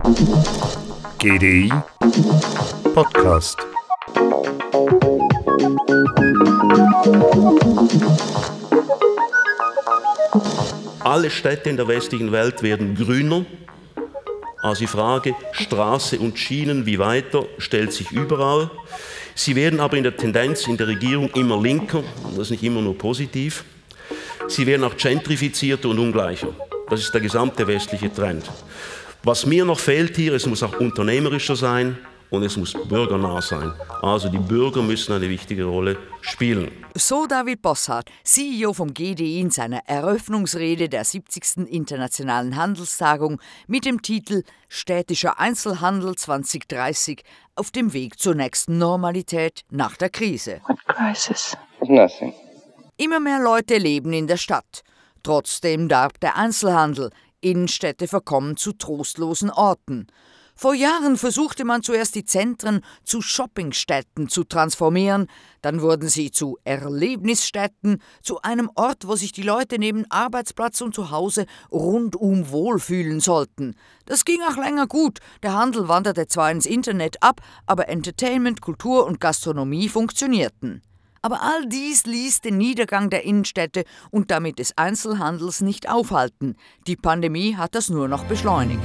GDI Podcast. Alle Städte in der westlichen Welt werden grüner. Also die Frage Straße und Schienen, wie weiter, stellt sich überall. Sie werden aber in der Tendenz in der Regierung immer linker, das ist nicht immer nur positiv. Sie werden auch gentrifizierter und ungleicher. Das ist der gesamte westliche Trend. Was mir noch fehlt hier, es muss auch unternehmerischer sein und es muss bürgernah sein. Also die Bürger müssen eine wichtige Rolle spielen. So David Bossart, CEO vom GDI in seiner Eröffnungsrede der 70. Internationalen Handelstagung mit dem Titel Städtischer Einzelhandel 2030 auf dem Weg zur nächsten Normalität nach der Krise. What crisis? Nothing. Immer mehr Leute leben in der Stadt. Trotzdem darbt der Einzelhandel. Innenstädte verkommen zu trostlosen Orten. Vor Jahren versuchte man zuerst die Zentren zu Shoppingstätten zu transformieren, dann wurden sie zu Erlebnisstätten, zu einem Ort, wo sich die Leute neben Arbeitsplatz und Zuhause rundum wohlfühlen sollten. Das ging auch länger gut, der Handel wanderte zwar ins Internet ab, aber Entertainment, Kultur und Gastronomie funktionierten. Aber all dies ließ den Niedergang der Innenstädte und damit des Einzelhandels nicht aufhalten. Die Pandemie hat das nur noch beschleunigt.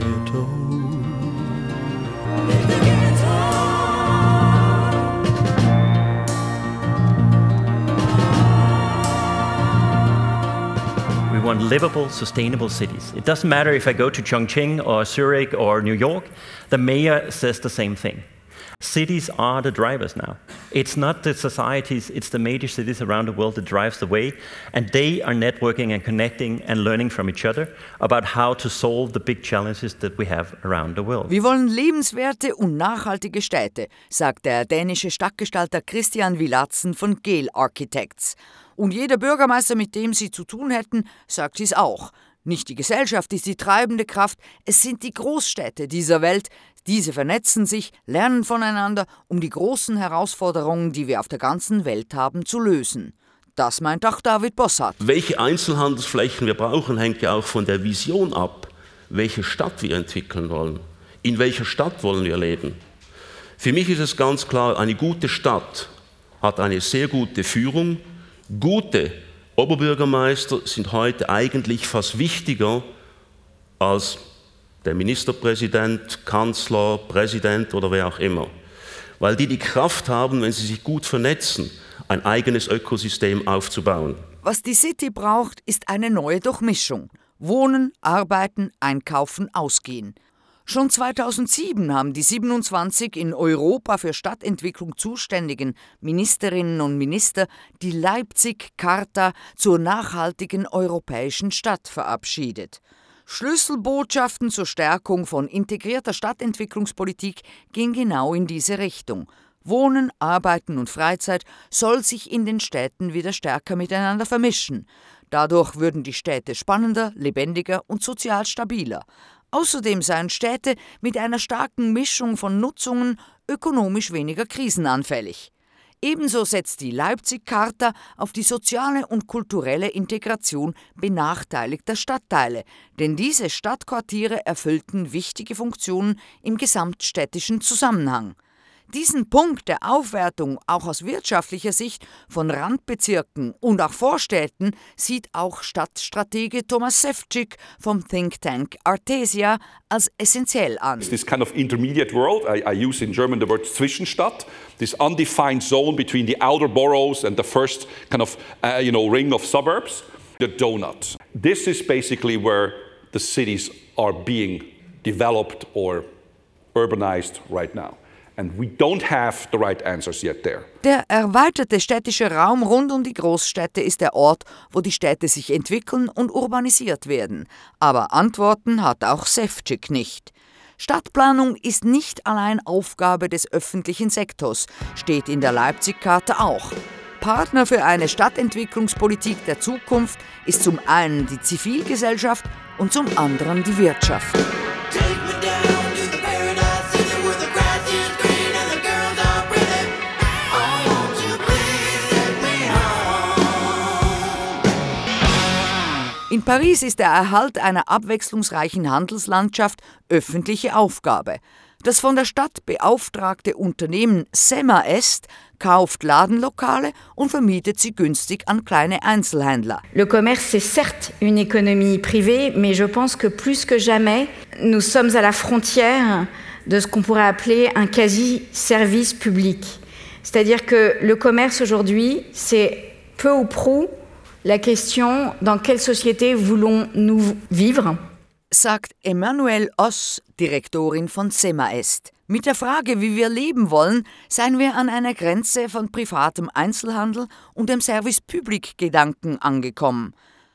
We want livable, sustainable cities. It doesn't matter if I go to Chongqing or Zurich or New York, the mayor says the same thing. Cities are the drivers now. It's not the societies, it's the major cities around the world that drives the way, and they are networking and connecting and learning from each other about how to solve the big challenges that we have around the world. Wir wollen lebenswerte und nachhaltige Städte, sagt der dänische Stadtgestalter Christian Villatzen von Gehl Architects. Und jeder Bürgermeister, mit dem Sie zu tun hätten, sagt dies auch. Nicht die Gesellschaft ist die treibende Kraft, es sind die Großstädte dieser Welt. Diese vernetzen sich, lernen voneinander, um die großen Herausforderungen, die wir auf der ganzen Welt haben, zu lösen. Das meint auch David Bossart. Welche Einzelhandelsflächen wir brauchen, hängt ja auch von der Vision ab, welche Stadt wir entwickeln wollen. In welcher Stadt wollen wir leben? Für mich ist es ganz klar, eine gute Stadt hat eine sehr gute Führung. Gute Oberbürgermeister sind heute eigentlich fast wichtiger als der Ministerpräsident, Kanzler, Präsident oder wer auch immer. Weil die Kraft haben, wenn sie sich gut vernetzen, ein eigenes Ökosystem aufzubauen. Was die City braucht, ist eine neue Durchmischung. Wohnen, arbeiten, einkaufen, ausgehen. Schon 2007 haben die 27 in Europa für Stadtentwicklung zuständigen Ministerinnen und Minister die Leipzig-Charta zur nachhaltigen europäischen Stadt verabschiedet. Schlüsselbotschaften zur Stärkung von integrierter Stadtentwicklungspolitik gehen genau in diese Richtung. Wohnen, Arbeiten und Freizeit soll sich in den Städten wieder stärker miteinander vermischen. Dadurch würden die Städte spannender, lebendiger und sozial stabiler. Außerdem seien Städte mit einer starken Mischung von Nutzungen ökonomisch weniger krisenanfällig. Ebenso setzt die Leipzig-Charta auf die soziale und kulturelle Integration benachteiligter Stadtteile, denn diese Stadtquartiere erfüllten wichtige Funktionen im gesamtstädtischen Zusammenhang. Diesen Punkt der Aufwertung auch aus wirtschaftlicher Sicht von Randbezirken und auch Vorstädten sieht auch Stadtstratege Thomas Ševčík vom Think Tank Artesia als essentiell an. This kind of intermediate world, I use in German the word Zwischenstadt, this undefined zone between the outer boroughs and the first kind of ring of suburbs, the donut. This is basically where the cities are being developed or urbanized right now. And we don't have the right answers yet there. Der erweiterte städtische Raum rund um die Großstädte ist der Ort, wo die Städte sich entwickeln und urbanisiert werden. Aber Antworten hat auch Ševčík nicht. Stadtplanung ist nicht allein Aufgabe des öffentlichen Sektors, steht in der Leipzig-Charta auch. Partner für eine Stadtentwicklungspolitik der Zukunft ist zum einen die Zivilgesellschaft und zum anderen die Wirtschaft. In Paris ist der Erhalt einer abwechslungsreichen Handelslandschaft öffentliche Aufgabe. Das von der Stadt beauftragte Unternehmen Semaest kauft Ladenlokale und vermietet sie günstig an kleine Einzelhändler. Le commerce, c'est certes une économie privée, mais je pense que plus que jamais, nous sommes à la frontière de ce qu'on pourrait appeler un quasi-service public. C'est-à-dire que le commerce aujourd'hui, c'est peu ou prou la question dans quelle société voulons-nous vivre. Sagt Emmanuelle Oss, Direktorin von Semaest. Mit der Frage, wie wir leben wollen, seien wir an einer Grenze von privatem Einzelhandel und dem Service-Public-Gedanken angekommen.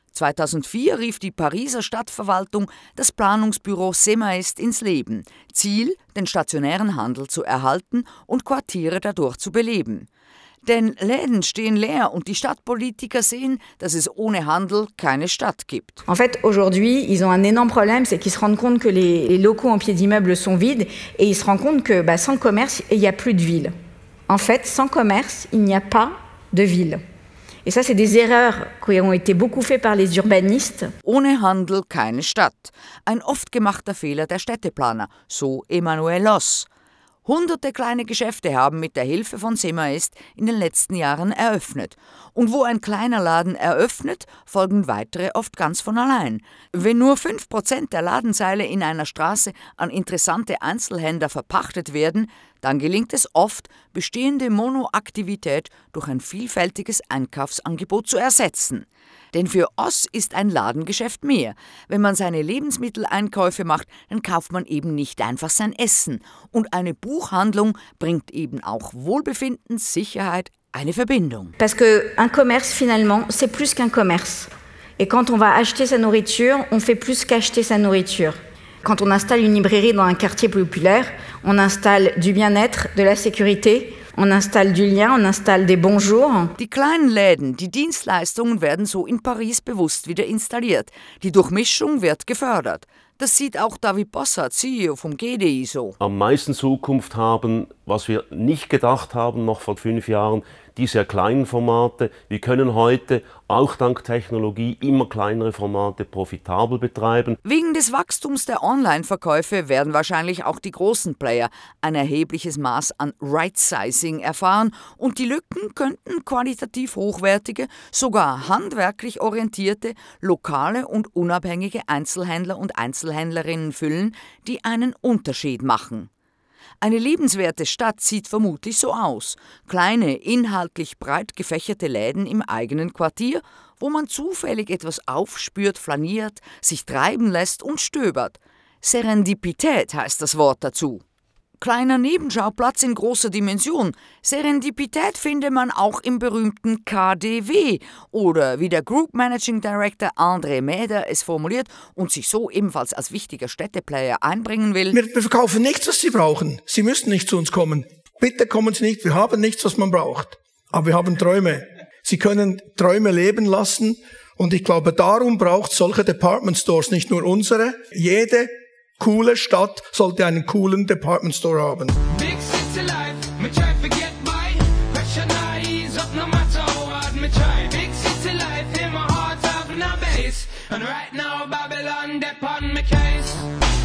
2004 rief die Pariser Stadtverwaltung das Planungsbüro Semaest ins Leben. Ziel, den stationären Handel zu erhalten und Quartiere dadurch zu beleben. Denn Läden stehen leer und die Stadtpolitiker sehen, dass es ohne Handel keine Stadt gibt. En fait, aujourd'hui, ils ont un énorme problème, c'est qu'ils se rendent compte que les locaux en pied d'immeuble sont vides et ils se rendent compte que sans commerce, il n'y a plus de ville. En fait, sans commerce, il n'y a pas de ville. Et ça, c'est des erreurs qui ont été beaucoup faites par les urbanistes. Ohne Handel keine Stadt. Ein oft gemachter Fehler der Städteplaner, so Emmanuelle Oss. Hunderte kleine Geschäfte haben mit der Hilfe von Semaest in den letzten Jahren eröffnet. Und wo ein kleiner Laden eröffnet, folgen weitere oft ganz von allein. Wenn nur 5% der Ladenseile in einer Straße an interessante Einzelhändler verpachtet werden, dann gelingt es oft, bestehende Monoaktivität durch ein vielfältiges Einkaufsangebot zu ersetzen. Denn für Oss ist ein Ladengeschäft mehr. Wenn man seine Lebensmitteleinkäufe macht, dann kauft man eben nicht einfach sein Essen. Und eine Buchhandlung bringt eben auch Wohlbefinden, Sicherheit, eine Verbindung. Parce que un commerce, finalement, c'est plus qu'un commerce. Et quand on va acheter sa nourriture, on fait plus qu'acheter sa nourriture. Quand on installe une librairie dans un quartier populaire, on installe du bien-être, de la sécurité, on installe du lien, on installe des bonjours. Die kleinen Läden, die Dienstleistungen werden so in Paris bewusst wieder installiert. Die Durchmischung wird gefördert. Das sieht auch David Bossart, CEO vom GDI, so. Am meisten Zukunft haben, was wir nicht gedacht haben, noch vor 5 Jahren, die sehr kleinen Formate. Wir können heute, auch dank Technologie, immer kleinere Formate profitabel betreiben. Wegen des Wachstums der Online-Verkäufe werden wahrscheinlich auch die großen Player ein erhebliches Maß an Right-Sizing erfahren und die Lücken könnten qualitativ hochwertige, sogar handwerklich orientierte, lokale und unabhängige Einzelhändler und Einzelhändlerinnen füllen, die einen Unterschied machen. Eine lebenswerte Stadt sieht vermutlich so aus. Kleine, inhaltlich breit gefächerte Läden im eigenen Quartier, wo man zufällig etwas aufspürt, flaniert, sich treiben lässt und stöbert. Serendipität heißt das Wort dazu. Kleiner Nebenschauplatz in großer Dimension. Serendipität findet man auch im berühmten KDW oder wie der Group Managing Director André Mäder es formuliert und sich so ebenfalls als wichtiger Städteplayer einbringen will. Wir verkaufen nichts, was Sie brauchen. Sie müssen nicht zu uns kommen. Bitte kommen Sie nicht, wir haben nichts, was man braucht. Aber wir haben Träume. Sie können Träume leben lassen und ich glaube, darum braucht es solche Department Stores, nicht nur unsere. Jede coole Stadt sollte einen coolen Department Store haben. Big city life, me try forget my pressure now ease up no matter how hard me try. Big city life in my heart of no base, and right now Babylon depon me case.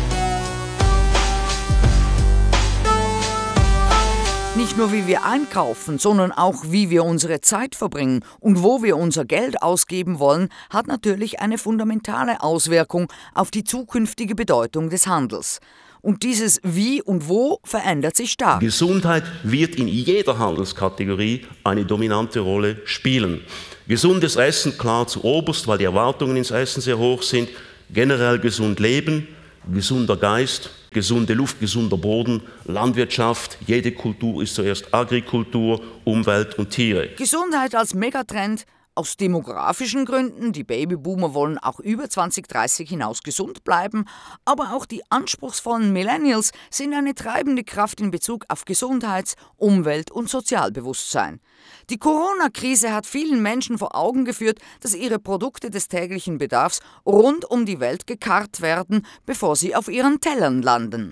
Nicht nur wie wir einkaufen, sondern auch wie wir unsere Zeit verbringen und wo wir unser Geld ausgeben wollen, hat natürlich eine fundamentale Auswirkung auf die zukünftige Bedeutung des Handels. Und dieses Wie und Wo verändert sich stark. Gesundheit wird in jeder Handelskategorie eine dominante Rolle spielen. Gesundes Essen klar zuoberst, weil die Erwartungen ins Essen sehr hoch sind. Generell gesund leben, gesunder Geist, gesunde Luft, gesunder Boden, Landwirtschaft. Jede Kultur ist zuerst Agrikultur, Umwelt und Tiere. Gesundheit als Megatrend. Aus demografischen Gründen, die Babyboomer wollen auch über 2030 hinaus gesund bleiben, aber auch die anspruchsvollen Millennials sind eine treibende Kraft in Bezug auf Gesundheits-, Umwelt- und Sozialbewusstsein. Die Corona-Krise hat vielen Menschen vor Augen geführt, dass ihre Produkte des täglichen Bedarfs rund um die Welt gekarrt werden, bevor sie auf ihren Tellern landen.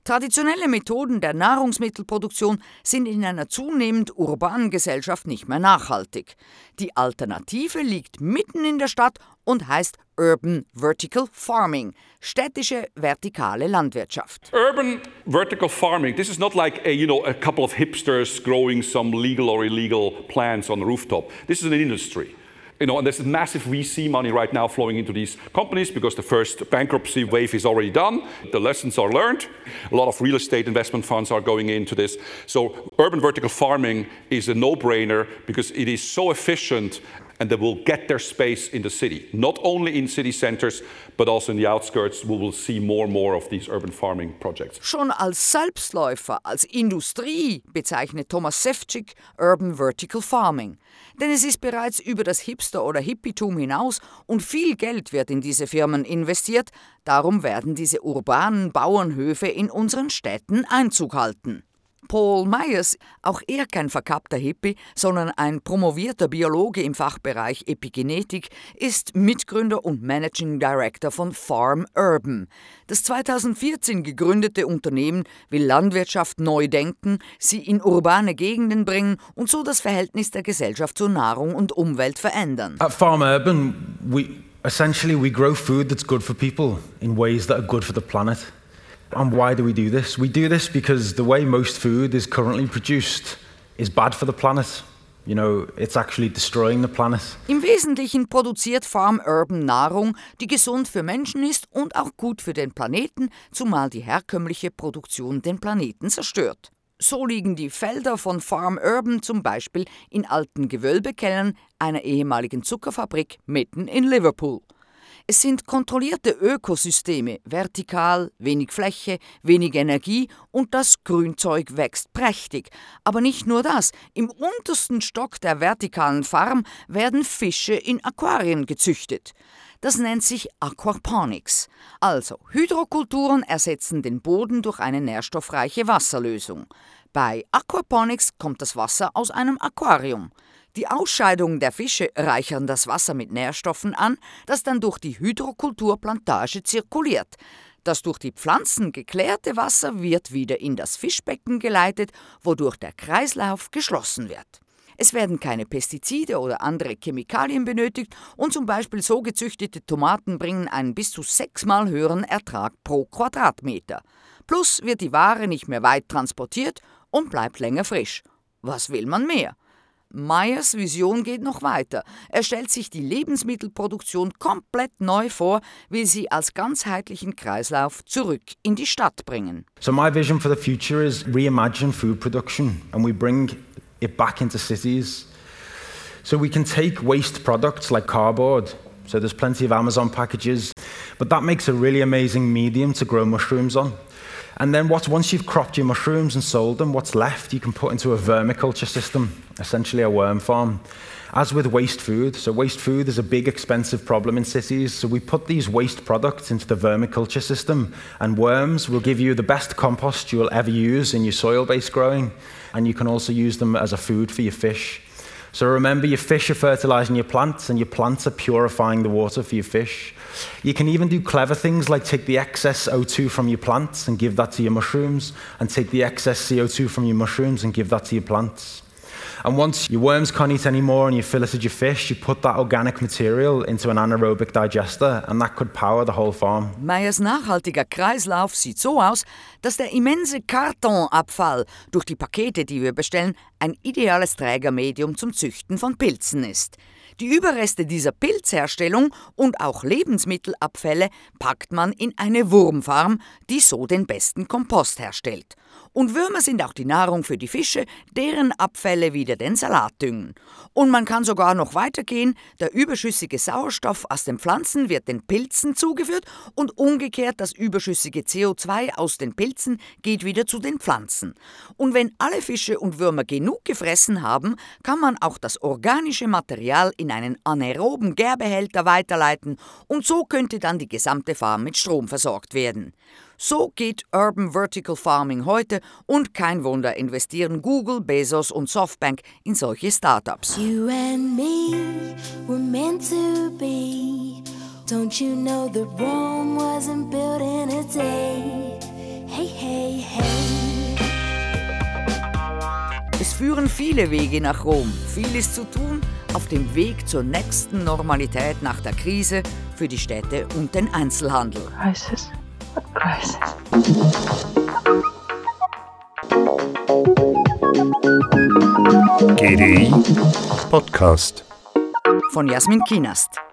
Traditionelle Methoden der Nahrungsmittelproduktion sind in einer zunehmend urbanen Gesellschaft nicht mehr nachhaltig. Die Alternative liegt mitten in der Stadt und heißt Urban Vertical Farming, städtische vertikale Landwirtschaft. Urban vertical farming, this is not like a couple of hipsters growing some legal or illegal plants on the rooftop. This is an industry. And there's massive VC money right now flowing into these companies because the first bankruptcy wave is already done. The lessons are learned. A lot of real estate investment funds are going into this. So urban vertical farming is a no-brainer because it is so efficient and they will get their space in the city. Not only in city centers, but also in the outskirts. We will see more and more of these urban farming projects. Schon als Selbstläufer, als Industrie bezeichnet Thomas Sefcik Urban Vertical Farming. Denn es ist bereits über das Hipster- oder Hippietum hinaus und viel Geld wird in diese Firmen investiert. Darum werden diese urbanen Bauernhöfe in unseren Städten Einzug halten. Paul Myers, auch er kein verkappter Hippie, sondern ein promovierter Biologe im Fachbereich Epigenetik, ist Mitgründer und Managing Director von Farm Urban. Das 2014 gegründete Unternehmen will Landwirtschaft neu denken, sie in urbane Gegenden bringen und so das Verhältnis der Gesellschaft zur Nahrung und Umwelt verändern. At Farm Urban, we grow food that's good for people in ways that are good for the planet. And why do we do this? We do this because the way most food is currently produced is bad for the planet. It's actually destroying the planet. Im Wesentlichen produziert Farm Urban Nahrung, die gesund für Menschen ist und auch gut für den Planeten, zumal die herkömmliche Produktion den Planeten zerstört. So liegen die Felder von Farm Urban zum Beispiel in alten Gewölbekellern einer ehemaligen Zuckerfabrik mitten in Liverpool. Es sind kontrollierte Ökosysteme, vertikal, wenig Fläche, wenig Energie und das Grünzeug wächst prächtig. Aber nicht nur das, im untersten Stock der vertikalen Farm werden Fische in Aquarien gezüchtet. Das nennt sich Aquaponics. Also Hydrokulturen ersetzen den Boden durch eine nährstoffreiche Wasserlösung. Bei Aquaponics kommt das Wasser aus einem Aquarium. Die Ausscheidungen der Fische reichern das Wasser mit Nährstoffen an, das dann durch die Hydrokulturplantage zirkuliert. Das durch die Pflanzen geklärte Wasser wird wieder in das Fischbecken geleitet, wodurch der Kreislauf geschlossen wird. Es werden keine Pestizide oder andere Chemikalien benötigt und zum Beispiel so gezüchtete Tomaten bringen einen bis zu 6-mal höheren Ertrag pro Quadratmeter. Plus wird die Ware nicht mehr weit transportiert und bleibt länger frisch. Was will man mehr? Myers Vision geht noch weiter. Er stellt sich die Lebensmittelproduktion komplett neu vor, will sie als ganzheitlichen Kreislauf zurück in die Stadt bringen. So my vision for the future is reimagine food production and we bring it back into cities. So we can take waste products like cardboard. So there's plenty of Amazon packages, but that makes a really amazing medium to grow mushrooms on. And then once you've cropped your mushrooms and sold them, what's left you can put into a vermiculture system, essentially a worm farm. As with waste food, so waste food is a big expensive problem in cities, so we put these waste products into the vermiculture system, and worms will give you the best compost you will ever use in your soil-based growing, and you can also use them as a food for your fish. So remember, your fish are fertilizing your plants and your plants are purifying the water for your fish. You can even do clever things like take the excess O2 from your plants and give that to your mushrooms, and take the excess CO2 from your mushrooms and give that to your plants. And once your worms can't eat anymore and you've filleted your fish, you put that organic material into an anaerobic digester and that could power the whole farm. Myers nachhaltiger Kreislauf sieht so aus, dass der immense Kartonabfall durch die Pakete, die wir bestellen, ein ideales Trägermedium zum Züchten von Pilzen ist. Die Überreste dieser Pilzherstellung und auch Lebensmittelabfälle packt man in eine Wurmfarm, die so den besten Kompost herstellt. Und Würmer sind auch die Nahrung für die Fische, deren Abfälle wieder den Salat düngen. Und man kann sogar noch weitergehen, der überschüssige Sauerstoff aus den Pflanzen wird den Pilzen zugeführt und umgekehrt das überschüssige CO2 aus den Pilzen geht wieder zu den Pflanzen. Und wenn alle Fische und Würmer genug gefressen haben, kann man auch das organische Material in einen anaeroben Gärbehälter weiterleiten und so könnte dann die gesamte Farm mit Strom versorgt werden. So geht Urban Vertical Farming heute und kein Wunder investieren Google, Bezos und Softbank in solche Startups. You and me were meant to be. Don't you know that Rome wasn't built in a day? Hey, hey, hey. Es führen viele Wege nach Rom. Viel ist zu tun auf dem Weg zur nächsten Normalität nach der Krise für die Städte und den Einzelhandel. Crisis? What crisis? GDI Podcast Von Jasmin Kienast.